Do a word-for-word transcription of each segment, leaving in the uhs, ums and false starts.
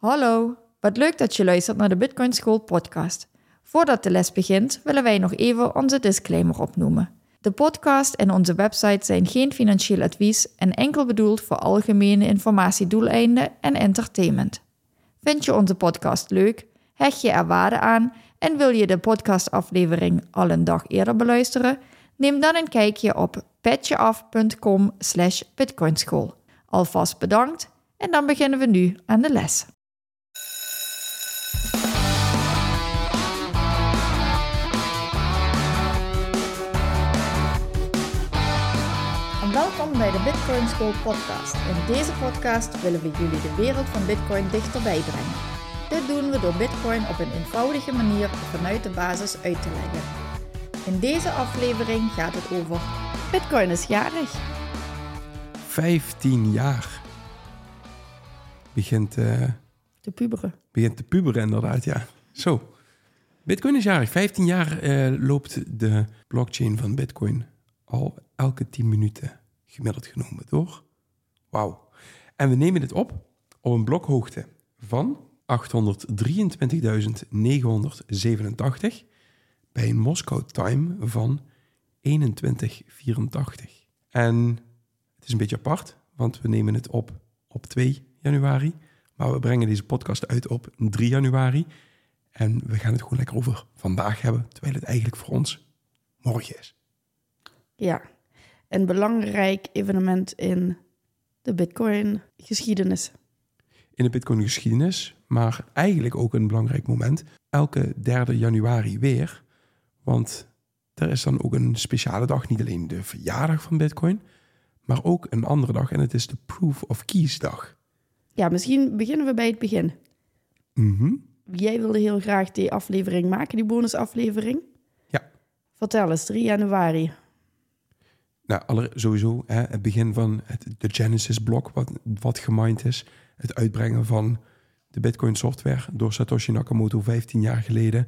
Hallo, wat leuk dat je luistert naar de Bitcoin School podcast. Voordat de les begint, willen wij nog even onze disclaimer opnoemen. De podcast en onze website zijn geen financieel advies en enkel bedoeld voor algemene informatiedoeleinden en entertainment. Vind je onze podcast leuk? Hecht je er waarde aan en wil je de podcastaflevering al een dag eerder beluisteren? Neem dan een kijkje op petjeaf.com slash bitcoinschool. Alvast bedankt en dan beginnen we nu aan de les. En welkom bij de Bitcoin School podcast. In deze podcast willen we jullie de wereld van Bitcoin dichterbij brengen. Dit doen we door Bitcoin op een eenvoudige manier vanuit de basis uit te leggen. In deze aflevering gaat het over Bitcoin is jarig. vijftien jaar. Begint, uh, te puberen. Begint te puberen inderdaad, ja. Zo. Bitcoin is jarig. vijftien jaar uh, loopt de blockchain van Bitcoin al elke tien minuten gemiddeld genomen door. Wauw. En we nemen dit op op een blokhoogte van achthonderddrieëntwintigduizend negenhonderdzevenentachtig bij een Moscow time van eenentwintig vierentachtig. En het is een beetje apart, want we nemen het op op twee januari, maar we brengen deze podcast uit op drie januari. En we gaan het gewoon lekker over vandaag hebben, terwijl het eigenlijk voor ons morgen is. Ja, een belangrijk evenement in de Bitcoin-geschiedenis. In de Bitcoin-geschiedenis, maar eigenlijk ook een belangrijk moment. Elke derde januari weer, want er is dan ook een speciale dag. Niet alleen de verjaardag van Bitcoin, maar ook een andere dag. En het is de Proof of Keys dag. Ja, misschien beginnen we bij het begin. Mm-hmm. Jij wilde heel graag die aflevering maken, die bonusaflevering. Ja. Vertel eens, drie januari. Nou, alle, sowieso hè, het begin van het, de Genesis-blok, wat, wat gemined is. Het uitbrengen van de Bitcoin-software door Satoshi Nakamoto vijftien jaar geleden.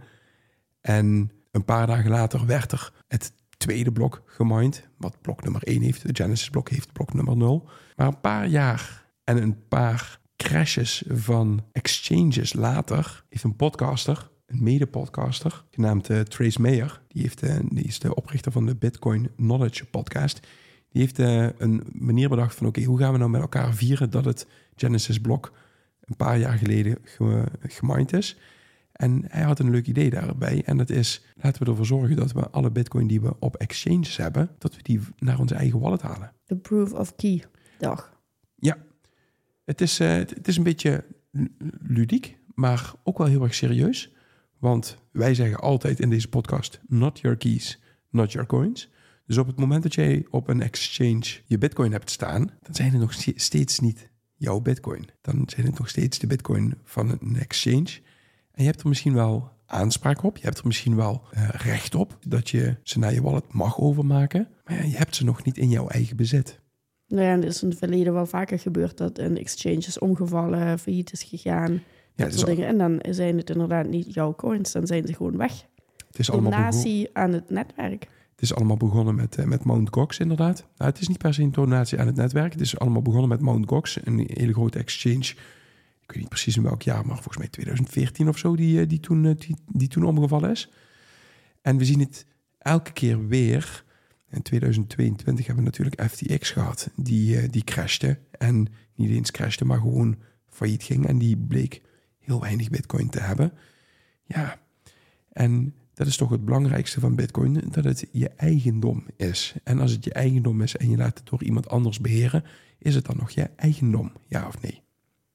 En een paar dagen later werd er het tweede blok gemined, wat blok nummer één heeft. De Genesis-blok heeft blok nummer nul. Maar een paar jaar en een paar crashes van exchanges later heeft een podcaster, een mede-podcaster, genaamd uh, Trace Mayer, die, heeft, uh, die is de oprichter van de Bitcoin Knowledge podcast, die heeft uh, een manier bedacht van oké, okay, hoe gaan we nou met elkaar vieren dat het Genesis-blok een paar jaar geleden ge- gemined is. En hij had een leuk idee daarbij. En dat is, laten we ervoor zorgen dat we alle bitcoin die we op exchanges hebben, dat we die naar onze eigen wallet halen. De Proof of Key dag. Ja, het is, uh, het is een beetje ludiek, maar ook wel heel erg serieus. Want wij zeggen altijd in deze podcast, not your keys, not your coins. Dus op het moment dat jij op een exchange je bitcoin hebt staan, dan zijn het nog steeds niet jouw bitcoin. Dan zijn het nog steeds de bitcoin van een exchange. En je hebt er misschien wel aanspraak op. Je hebt er misschien wel uh, recht op dat je ze naar je wallet mag overmaken. Maar ja, je hebt ze nog niet in jouw eigen bezit. Nou ja, het is in het verleden wel vaker gebeurd dat een exchange is omgevallen, failliet is gegaan. Ja, dat soort al... dingen. En dan zijn het inderdaad niet jouw coins, dan zijn ze gewoon weg. Het is donatie begon... aan het netwerk. Het is allemaal begonnen met, uh, met Mt. Gox inderdaad. Nou, het is niet per se een donatie aan het netwerk. Het is allemaal begonnen met Mt. Gox, een hele grote exchange. Ik weet niet precies in welk jaar, maar volgens mij twintig veertien of zo, die, die, toen, die, die toen omgevallen is. En we zien het elke keer weer. In twintig tweeëntwintig hebben we natuurlijk F T X gehad, die, die crashte. En niet eens crashte, maar gewoon failliet ging. En die bleek heel weinig bitcoin te hebben. Ja, en dat is toch het belangrijkste van bitcoin, dat het je eigendom is. En als het je eigendom is en je laat het door iemand anders beheren, is het dan nog je eigendom, ja of nee?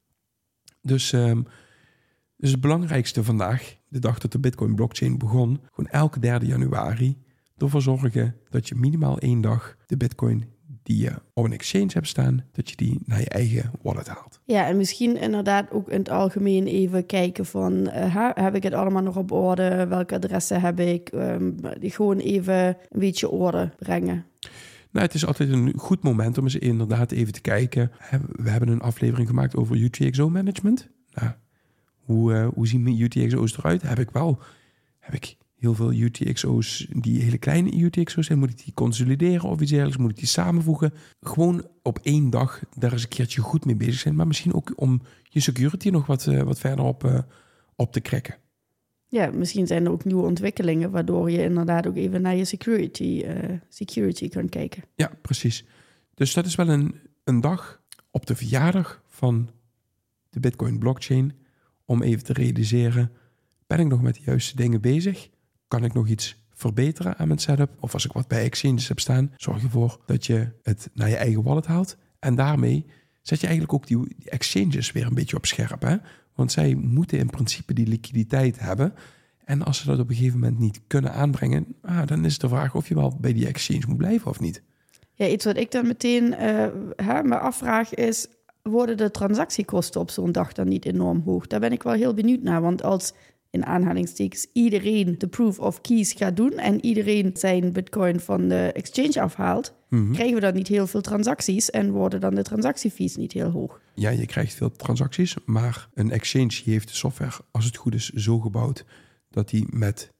Dus, um, dus het belangrijkste vandaag, de dag dat de Bitcoin blockchain begon, gewoon elke derde januari, ervoor zorgen dat je minimaal één dag de Bitcoin die je op een exchange hebt staan, dat je die naar je eigen wallet haalt. Ja, en misschien inderdaad ook in het algemeen even kijken van, uh, heb ik het allemaal nog op orde? Welke adressen heb ik? Um, gewoon even een beetje orde brengen. Nou, het is altijd een goed moment om eens inderdaad even te kijken. We hebben een aflevering gemaakt over U T X O management. Nou, hoe, uh, hoe zien U T X O's eruit? Heb ik wel heb ik heel veel U T X O's, die hele kleine U T X O's zijn, moet ik die consolideren of iets dergelijks, moet ik die samenvoegen. Gewoon op één dag daar eens een keertje goed mee bezig zijn, maar misschien ook om je security nog wat, uh, wat verder op, uh, op te krekken. Ja, misschien zijn er ook nieuwe ontwikkelingen, waardoor je inderdaad ook even naar je security, uh, security kan kijken. Ja, precies. Dus dat is wel een, een dag op de verjaardag van de Bitcoin blockchain om even te realiseren, ben ik nog met de juiste dingen bezig? Kan ik nog iets verbeteren aan mijn setup? Of als ik wat bij exchanges heb staan, zorg ervoor dat je het naar je eigen wallet haalt. En daarmee zet je eigenlijk ook die, die exchanges weer een beetje op scherp. Hè? Want zij moeten in principe die liquiditeit hebben. En als ze dat op een gegeven moment niet kunnen aanbrengen, ah, dan is de vraag of je wel bij die exchange moet blijven of niet. Ja, iets wat ik dan meteen uh, hè, me afvraag is, worden de transactiekosten op zo'n dag dan niet enorm hoog? Daar ben ik wel heel benieuwd naar, want als in aanhalingstekens iedereen de proof of keys gaat doen en iedereen zijn bitcoin van de exchange afhaalt, mm-hmm. krijgen we dan niet heel veel transacties en worden dan de transactiefees niet heel hoog. Ja, je krijgt veel transacties, maar een exchange heeft de software, als het goed is, zo gebouwd dat die met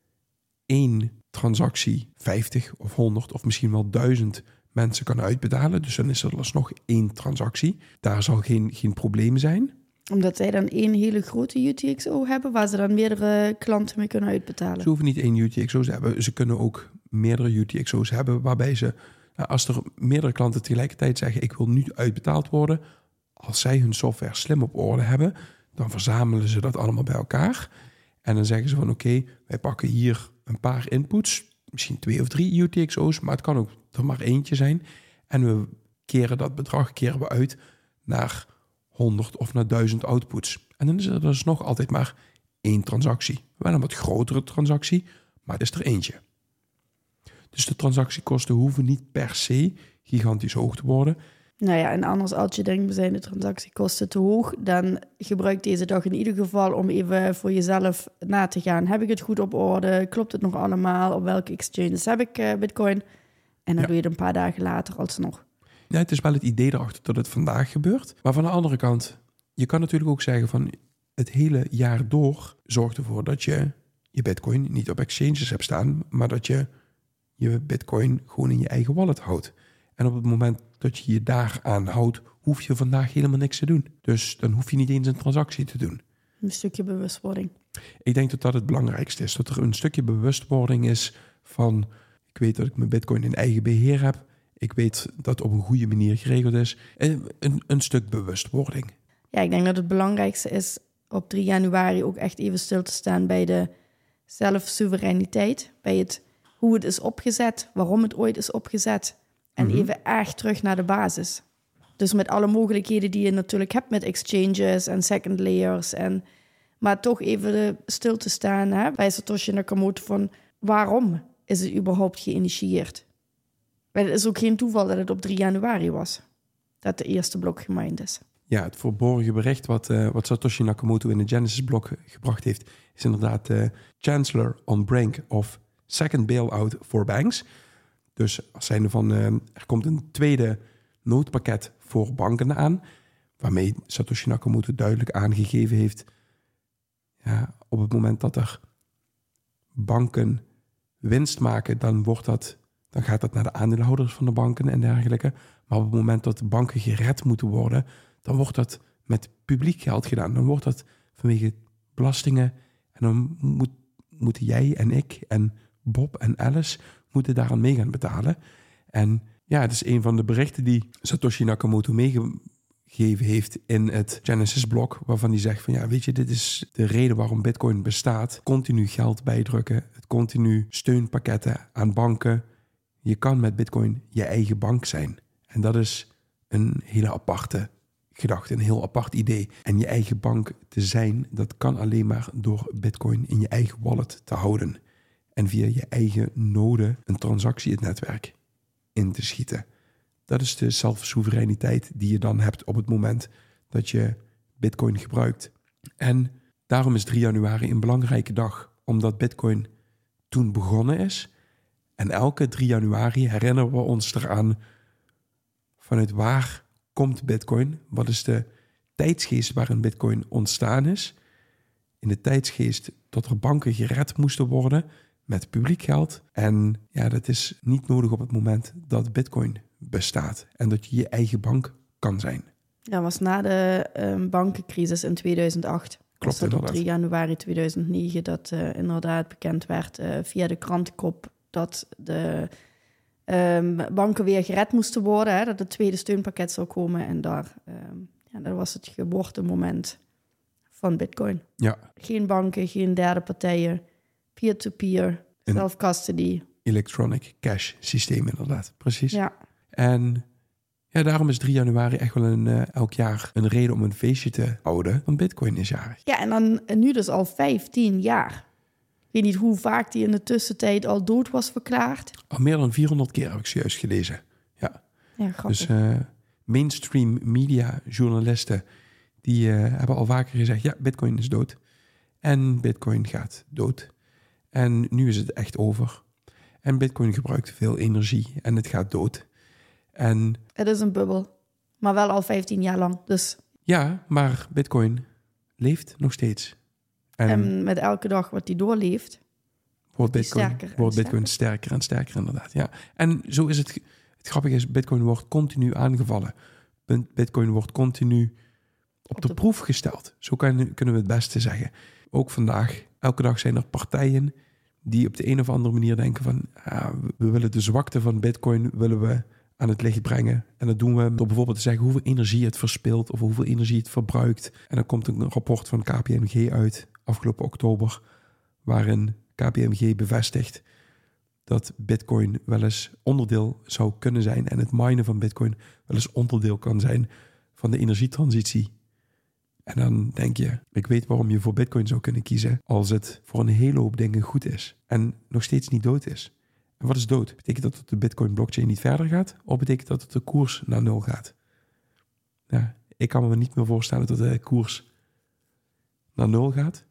één transactie vijftig of honderd of misschien wel duizend mensen kan uitbetalen. Dus dan is er alsnog één transactie. Daar zal geen, geen probleem zijn. Omdat zij dan één hele grote U T X O hebben, waar ze dan meerdere klanten mee kunnen uitbetalen. Ze hoeven niet één U T X O's te hebben. Ze kunnen ook meerdere U T X O's hebben, waarbij ze, als er meerdere klanten tegelijkertijd zeggen, ik wil nu uitbetaald worden, als zij hun software slim op orde hebben, dan verzamelen ze dat allemaal bij elkaar. En dan zeggen ze van, oké, okay, wij pakken hier een paar inputs, misschien twee of drie U T X O's, maar het kan ook er maar eentje zijn. En we keren dat bedrag keren we uit naar honderd of naar duizend outputs. En dan is er dus nog altijd maar één transactie. Wel een wat grotere transactie, maar het is er eentje. Dus de transactiekosten hoeven niet per se gigantisch hoog te worden. Nou ja, en anders als je denkt, zijn de transactiekosten te hoog, dan gebruik deze dag in ieder geval om even voor jezelf na te gaan. Heb ik het goed op orde? Klopt het nog allemaal? Op welke exchanges heb ik uh, bitcoin? En dan ja. doe je het een paar dagen later alsnog. Ja, het is wel het idee erachter dat het vandaag gebeurt. Maar van de andere kant, je kan natuurlijk ook zeggen van het hele jaar door zorgt ervoor dat je je bitcoin niet op exchanges hebt staan, maar dat je je bitcoin gewoon in je eigen wallet houdt. En op het moment dat je je daaraan houdt, hoef je vandaag helemaal niks te doen. Dus dan hoef je niet eens een transactie te doen. Een stukje bewustwording. Ik denk dat dat het belangrijkste is. Dat er een stukje bewustwording is van, ik weet dat ik mijn bitcoin in eigen beheer heb. Ik weet dat het op een goede manier geregeld is. Een, een, een stuk bewustwording. Ja, ik denk dat het belangrijkste is op drie januari ook echt even stil te staan bij de zelfsoevereiniteit. Bij het hoe het is opgezet, waarom het ooit is opgezet. En mm-hmm. even echt terug naar de basis. Dus met alle mogelijkheden die je natuurlijk hebt met exchanges en second layers. En, maar toch even stil te staan hè, bij Satoshi Nakamoto van waarom is het überhaupt geïnitieerd? Het is ook geen toeval dat het op drie januari was. Dat de eerste blok gemined is. Ja, het verborgen bericht wat, uh, wat Satoshi Nakamoto in de Genesis-blok gebracht heeft, is inderdaad uh, Chancellor on brink of second bailout for banks. Dus als zijnde van, uh, er komt een tweede noodpakket voor banken aan, waarmee Satoshi Nakamoto duidelijk aangegeven heeft, ja, op het moment dat er banken winst maken, dan wordt dat, dan gaat dat naar de aandeelhouders van de banken en dergelijke. Maar op het moment dat de banken gered moeten worden, dan wordt dat met publiek geld gedaan. Dan wordt dat vanwege belastingen. En dan moet, moeten jij en ik en Bob en Alice moeten daaraan mee gaan betalen. En ja, het is een van de berichten die Satoshi Nakamoto meegegeven heeft in het Genesis-blok, waarvan hij zegt van ja, weet je, dit is de reden waarom Bitcoin bestaat. Continu geld bijdrukken, het continu steunpakketten aan banken. Je kan met Bitcoin je eigen bank zijn. En dat is een hele aparte gedachte, een heel apart idee. En je eigen bank te zijn, dat kan alleen maar door Bitcoin in je eigen wallet te houden. En via je eigen node een transactie in het netwerk in te schieten. Dat is de zelfsoevereiniteit die je dan hebt op het moment dat je Bitcoin gebruikt. En daarom is drie januari een belangrijke dag, omdat Bitcoin toen begonnen is. En elke drie januari herinneren we ons eraan vanuit waar komt Bitcoin? Wat is de tijdsgeest waarin Bitcoin ontstaan is? In de tijdsgeest dat er banken gered moesten worden met publiek geld. En ja, dat is niet nodig op het moment dat Bitcoin bestaat. En dat je je eigen bank kan zijn. Dat was na de um, bankencrisis in tweeduizend acht. Klopt, was dat op inderdaad. drie januari tweeduizend negen dat uh, inderdaad bekend werd uh, via de krantenkop dat de um, banken weer gered moesten worden. Hè, dat het tweede steunpakket zou komen. En daar, um, ja, dat was het geboortemoment van Bitcoin. Ja. Geen banken, geen derde partijen, peer-to-peer, Een self-custody. Electronic cash systeem inderdaad, precies. Ja. En ja, daarom is drie januari echt wel een, uh, elk jaar een reden om een feestje te houden. Want Bitcoin is jarig. Ja, en dan en nu dus al vijftien jaar. Ik weet niet hoe vaak die in de tussentijd al dood was verklaard. Al meer dan vierhonderd keer heb ik zojuist gelezen. Ja, Ja, grappig. dus uh, mainstream media journalisten die uh, hebben al vaker gezegd, ja, Bitcoin is dood. En Bitcoin gaat dood. En nu is het echt over. En Bitcoin gebruikt veel energie en het gaat dood. En Het is een bubbel, maar wel al vijftien jaar lang. Dus ja, maar Bitcoin leeft nog steeds. En, en met elke dag wat die doorleeft, wordt die Bitcoin, sterker en wordt Bitcoin sterker en sterker inderdaad. Ja. En zo is het. Het grappige is, Bitcoin wordt continu aangevallen. Bitcoin wordt continu op, Op de, de proef gesteld. Zo kan, kunnen we het beste zeggen. Ook vandaag, elke dag zijn er partijen die op de een of andere manier denken van, ah, we willen de zwakte van Bitcoin willen we aan het licht brengen. En dat doen we door bijvoorbeeld te zeggen hoeveel energie het verspilt of hoeveel energie het verbruikt. En dan komt een rapport van K P M G uit afgelopen oktober, waarin K P M G bevestigt dat Bitcoin wel eens onderdeel zou kunnen zijn en het minen van Bitcoin wel eens onderdeel kan zijn van de energietransitie. En dan denk je, ik weet waarom je voor Bitcoin zou kunnen kiezen als het voor een hele hoop dingen goed is en nog steeds niet dood is. En wat is dood? Betekent dat de Bitcoin blockchain niet verder gaat? Of betekent dat dat de koers naar nul gaat? Ja, ik kan me niet meer voorstellen dat de koers naar nul gaat.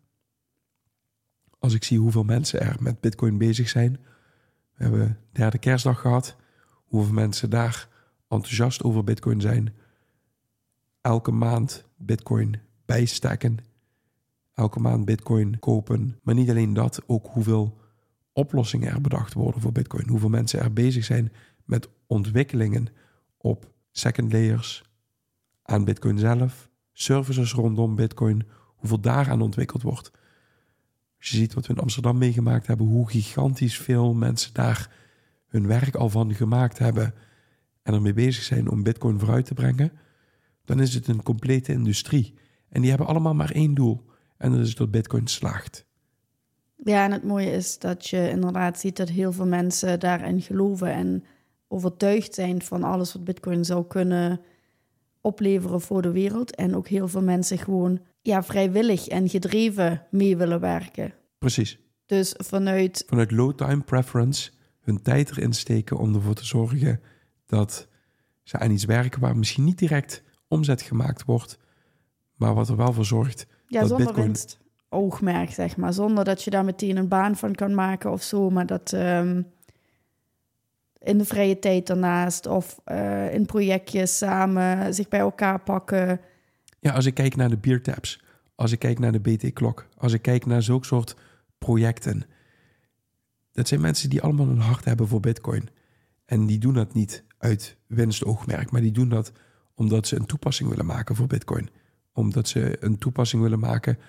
Als ik zie hoeveel mensen er met Bitcoin bezig zijn. We hebben derde kerstdag gehad. Hoeveel mensen daar enthousiast over Bitcoin zijn. Elke maand Bitcoin bijstacken. Elke maand Bitcoin kopen. Maar niet alleen dat, ook hoeveel oplossingen er bedacht worden voor Bitcoin. Hoeveel mensen er bezig zijn met ontwikkelingen op second layers, aan Bitcoin zelf, services rondom Bitcoin, hoeveel daaraan ontwikkeld wordt. Als je ziet wat we in Amsterdam meegemaakt hebben, hoe gigantisch veel mensen daar hun werk al van gemaakt hebben en ermee bezig zijn om Bitcoin vooruit te brengen, dan is het een complete industrie. En die hebben allemaal maar één doel. En dat is dat Bitcoin slaagt. Ja, en het mooie is dat je inderdaad ziet dat heel veel mensen daarin geloven en overtuigd zijn van alles wat Bitcoin zou kunnen opleveren voor de wereld. En ook heel veel mensen gewoon ja, vrijwillig en gedreven mee willen werken. Precies. Dus vanuit... Vanuit low time preference hun tijd erin steken om ervoor te zorgen dat ze aan iets werken waar misschien niet direct omzet gemaakt wordt, maar wat er wel voor zorgt Ja, dat zonder Bitcoin... winst. Oogmerk, zeg maar. Zonder dat je daar meteen een baan van kan maken of zo. Maar dat um, in de vrije tijd daarnaast of uh, in projectjes samen zich bij elkaar pakken. Ja, als ik kijk naar de biertaps, als ik kijk naar de B T-klok, als ik kijk naar zulke soort projecten. Dat zijn mensen die allemaal een hart hebben voor Bitcoin. En die doen dat niet uit winstoogmerk, maar die doen dat omdat ze een toepassing willen maken voor Bitcoin. Omdat ze een toepassing willen maken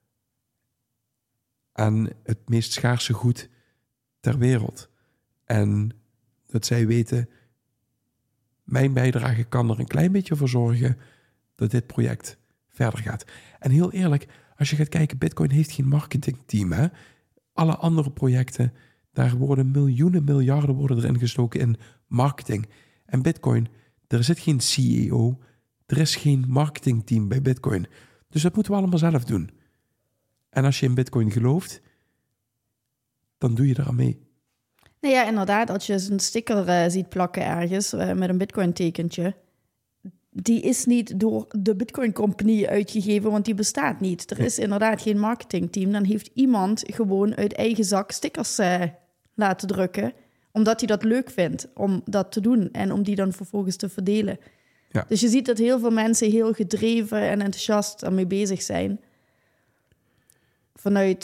aan het meest schaarse goed ter wereld. En dat zij weten, mijn bijdrage kan er een klein beetje voor zorgen dat dit project verder gaat. En heel eerlijk, als je gaat kijken, Bitcoin heeft geen marketingteam. Hè? Alle andere projecten, daar worden miljoenen, miljarden worden erin gestoken in marketing. En Bitcoin, er zit geen C E O, er is geen marketingteam bij Bitcoin. Dus dat moeten we allemaal zelf doen. En als je in Bitcoin gelooft, dan doe je eraan mee. Nou ja, inderdaad. Als je een sticker uh, ziet plakken ergens uh, met een Bitcoin-tekentje, die is niet door de Bitcoin Company uitgegeven, want die bestaat niet. Er is inderdaad geen marketingteam. Dan heeft iemand gewoon uit eigen zak stickers uh, laten drukken, omdat hij dat leuk vindt om dat te doen en om die dan vervolgens te verdelen. Ja. Dus je ziet dat heel veel mensen heel gedreven en enthousiast ermee bezig zijn. Vanuit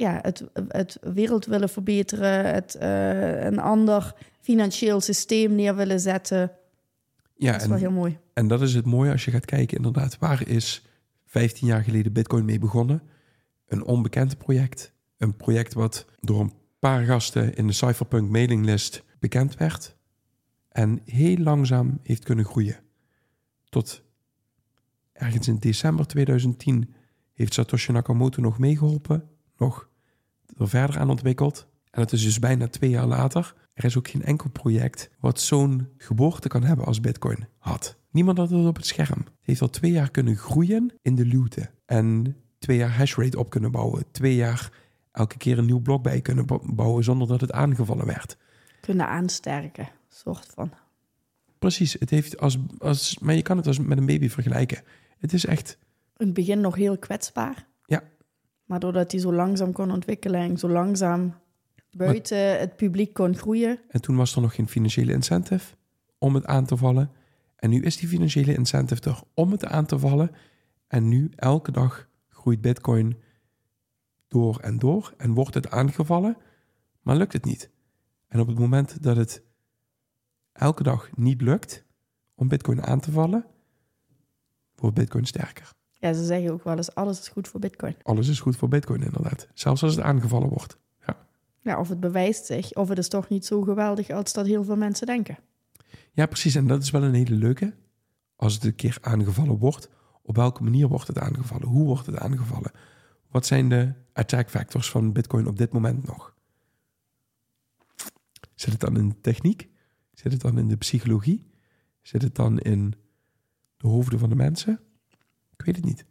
ja, het, het wereld willen verbeteren, het, uh, een ander financieel systeem neer willen zetten. Ja, dat is en, wel heel mooi. En dat is het mooie als je gaat kijken, inderdaad, waar is vijftien jaar geleden Bitcoin mee begonnen? Een onbekend project. Een project wat door een paar gasten in de Cypherpunk mailinglist bekend werd. En heel langzaam heeft kunnen groeien. Tot ergens in december tweeduizend tien heeft Satoshi Nakamoto nog meegeholpen. Nog er verder aan ontwikkeld. En het is dus bijna twee jaar later. Er is ook geen enkel project wat zo'n geboorte kan hebben als Bitcoin had. Niemand had het op het scherm. Het heeft al twee jaar kunnen groeien in de luwte. En twee jaar hashrate op kunnen bouwen. Twee jaar elke keer een nieuw blok bij kunnen bouwen zonder dat het aangevallen werd. Kunnen aansterken, soort van. Precies, het heeft als, als, maar je kan het als met een baby vergelijken. Het is echt... In het begin nog heel kwetsbaar. Ja. Maar doordat hij zo langzaam kon ontwikkelen en zo langzaam buiten maar, het publiek kon groeien. En toen was er nog geen financiële incentive om het aan te vallen. En nu is die financiële incentive er om het aan te vallen. En nu, elke dag, groeit Bitcoin door en door. En wordt het aangevallen, maar lukt het niet. En op het moment dat het elke dag niet lukt om Bitcoin aan te vallen, wordt Bitcoin sterker. Ja, ze zeggen ook wel eens, alles is goed voor Bitcoin. Alles is goed voor Bitcoin, inderdaad. Zelfs als het aangevallen wordt. Ja, ja, of het bewijst zich, of het is toch niet zo geweldig als dat heel veel mensen denken. Ja, precies. En dat is wel een hele leuke. Als het een keer aangevallen wordt, op welke manier wordt het aangevallen? Hoe wordt het aangevallen? Wat zijn de attack factors van Bitcoin op dit moment nog? Zit het dan in de techniek? Zit het dan in de psychologie? Zit het dan in de hoofden van de mensen? Ik weet het niet.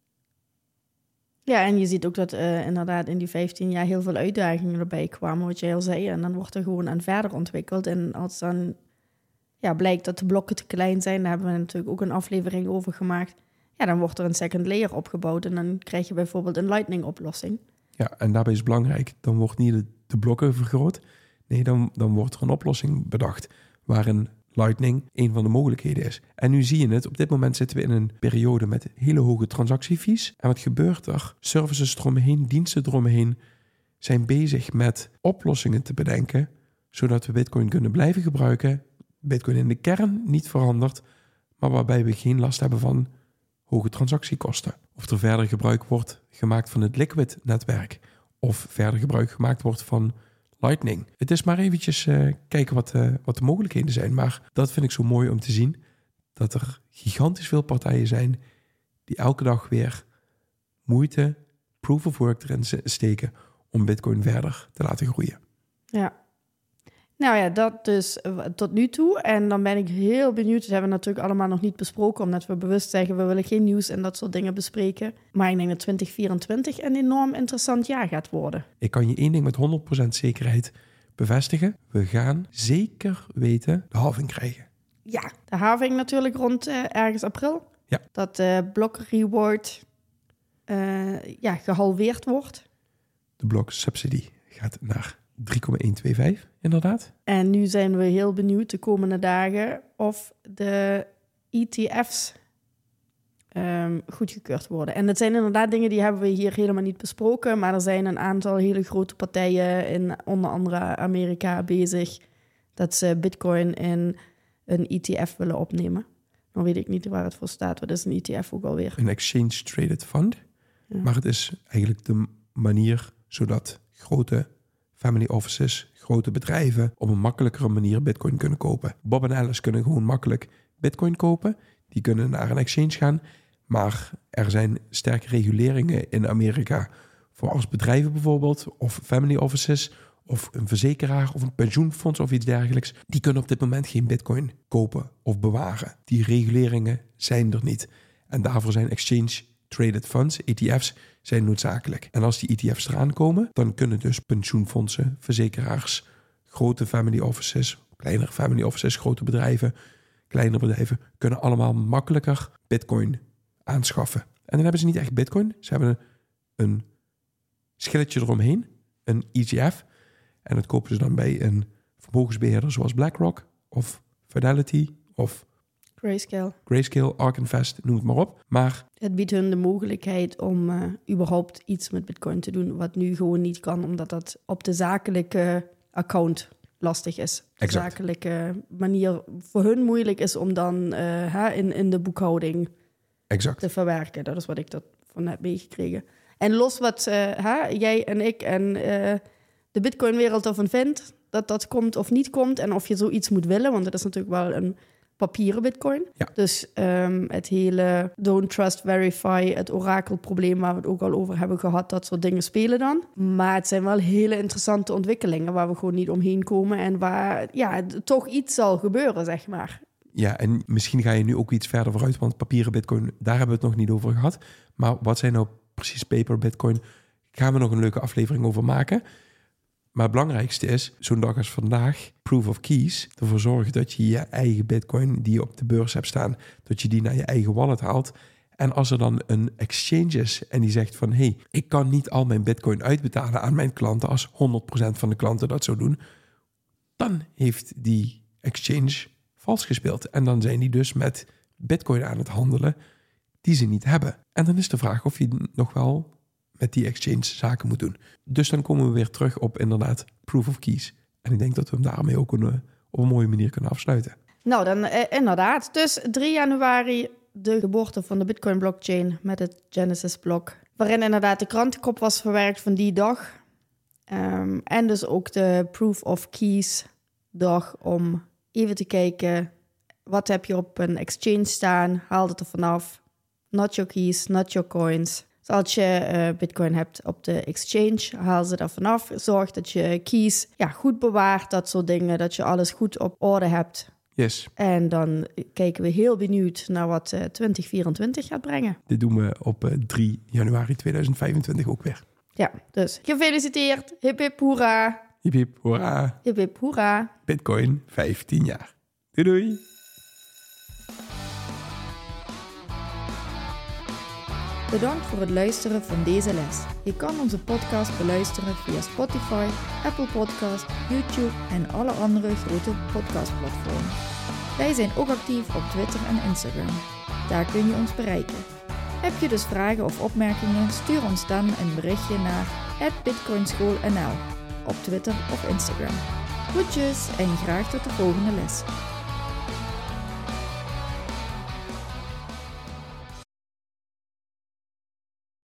Ja, en je ziet ook dat uh, inderdaad in die vijftien jaar heel veel uitdagingen erbij kwamen, wat je al zei. En dan wordt er gewoon aan verder ontwikkeld. En als dan ja, blijkt dat de blokken te klein zijn, daar hebben we natuurlijk ook een aflevering over gemaakt. Ja, dan wordt er een second layer opgebouwd en dan krijg je bijvoorbeeld een Lightning-oplossing. Ja, en daarbij is het belangrijk, dan wordt niet de, de blokken vergroot. Nee, dan, dan wordt er een oplossing bedacht waarin Lightning een van de mogelijkheden is. En nu zie je het, op dit moment zitten we in een periode met hele hoge transactiefees. En wat gebeurt er? Services eromheen, diensten eromheen zijn bezig met oplossingen te bedenken, zodat we Bitcoin kunnen blijven gebruiken. Bitcoin in de kern niet verandert, maar waarbij we geen last hebben van hoge transactiekosten. Of er verder gebruik wordt gemaakt van het Liquid-netwerk. Of verder gebruik gemaakt wordt van Lightning. Het is maar eventjes uh, kijken wat, uh, wat de mogelijkheden zijn. Maar dat vind ik zo mooi om te zien. Dat er gigantisch veel partijen zijn die elke dag weer moeite, proof of work erin steken om Bitcoin verder te laten groeien. Ja. Nou ja, dat dus uh, tot nu toe. En dan ben ik heel benieuwd. Dat hebben we natuurlijk allemaal nog niet besproken, omdat we bewust zeggen, we willen geen nieuws en dat soort dingen bespreken. Maar ik denk dat twintig vierentwintig een enorm interessant jaar gaat worden. Ik kan je één ding met honderd procent zekerheid bevestigen. We gaan zeker weten de halving krijgen. Ja, de halving natuurlijk rond uh, ergens april. Ja. Dat de block reward uh, ja, gehalveerd wordt. De block subsidie gaat naar drie komma honderdvijfenveertig, inderdaad. En nu zijn we heel benieuwd de komende dagen of de E T F's um, goedgekeurd worden. En dat zijn inderdaad dingen die hebben we hier helemaal niet besproken, maar er zijn een aantal hele grote partijen in onder andere Amerika bezig dat ze Bitcoin in een E T F willen opnemen. Dan weet ik niet waar het voor staat. Wat is een E T F ook alweer? Een Exchange Traded Fund. Ja. Maar het is eigenlijk de manier zodat grote family offices, grote bedrijven op een makkelijkere manier Bitcoin kunnen kopen. Bob en Alice kunnen gewoon makkelijk Bitcoin kopen. Die kunnen naar een exchange gaan. Maar er zijn sterke reguleringen in Amerika voor als bedrijven bijvoorbeeld, of family offices, of een verzekeraar of een pensioenfonds of iets dergelijks. Die kunnen op dit moment geen Bitcoin kopen of bewaren. Die reguleringen zijn er niet. En daarvoor zijn exchange traded funds, E T F's, zijn noodzakelijk. En als die E T F's eraan komen, dan kunnen dus pensioenfondsen, verzekeraars, grote family offices, kleinere family offices, grote bedrijven, kleinere bedrijven, kunnen allemaal makkelijker Bitcoin aanschaffen. En dan hebben ze niet echt Bitcoin, ze hebben een schilletje eromheen, een E T F. En dat kopen ze dan bij een vermogensbeheerder zoals BlackRock of Fidelity of Grayscale. Grayscale, Ark Invest, noem het maar op. Maar Het biedt hun de mogelijkheid om uh, überhaupt iets met Bitcoin te doen, wat nu gewoon niet kan, omdat dat op de zakelijke account lastig is. De Exact. zakelijke manier voor hun moeilijk is om dan uh, hè, in, in de boekhouding exact. te verwerken. Dat is wat ik daarvan heb meegekregen. En los wat uh, hè, jij en ik en uh, de Bitcoin-wereld ervan vindt, dat dat komt of niet komt en of je zoiets moet willen, want dat is natuurlijk wel een papieren Bitcoin. Ja. Dus um, het hele don't trust, verify, het orakelprobleem waar we het ook al over hebben gehad, dat soort dingen spelen dan. Maar het zijn wel hele interessante ontwikkelingen waar we gewoon niet omheen komen en waar ja, toch iets zal gebeuren, zeg maar. Ja, en misschien ga je nu ook iets verder vooruit, want papieren Bitcoin, daar hebben we het nog niet over gehad. Maar wat zijn nou precies paper Bitcoin? Gaan we nog een leuke aflevering over maken. Maar het belangrijkste is, zo'n dag als vandaag, proof of keys, ervoor zorgen dat je je eigen Bitcoin die je op de beurs hebt staan, dat je die naar je eigen wallet haalt. En als er dan een exchange is en die zegt van, hé, hey, ik kan niet al mijn Bitcoin uitbetalen aan mijn klanten als honderd procent van de klanten dat zo doen, dan heeft die exchange vals gespeeld. En dan zijn die dus met Bitcoin aan het handelen die ze niet hebben. En dan is de vraag of je nog wel met die exchange zaken moet doen. Dus dan komen we weer terug op inderdaad proof of keys. En ik denk dat we hem daarmee ook een, op een mooie manier kunnen afsluiten. Nou, dan eh, inderdaad. Dus drie januari de geboorte van de Bitcoin blockchain met het Genesis blok. Waarin inderdaad de krantenkop was verwerkt van die dag. Um, en dus ook de proof of keys dag om even te kijken, wat heb je op een exchange staan? Haal het er vanaf. Not your keys, not your coins. Dus als je uh, Bitcoin hebt op de exchange, haal ze er vanaf. Zorg dat je keys ja, goed bewaart, dat soort dingen. Dat je alles goed op orde hebt. Yes. En dan kijken we heel benieuwd naar wat uh, twintig vierentwintig gaat brengen. Dit doen we op uh, drie januari tweeduizend vijfentwintig ook weer. Ja, dus gefeliciteerd. Hip hip hoera. Hip hip hoera. Hip hip hoera. Bitcoin vijftien jaar. Doei doei. Bedankt voor het luisteren van deze les. Je kan onze podcast beluisteren via Spotify, Apple Podcast, YouTube en alle andere grote podcastplatformen. Wij zijn ook actief op Twitter en Instagram. Daar kun je ons bereiken. Heb je dus vragen of opmerkingen, stuur ons dan een berichtje naar at bitcoinschool punt n l op Twitter of Instagram. Groetjes en graag tot de volgende les.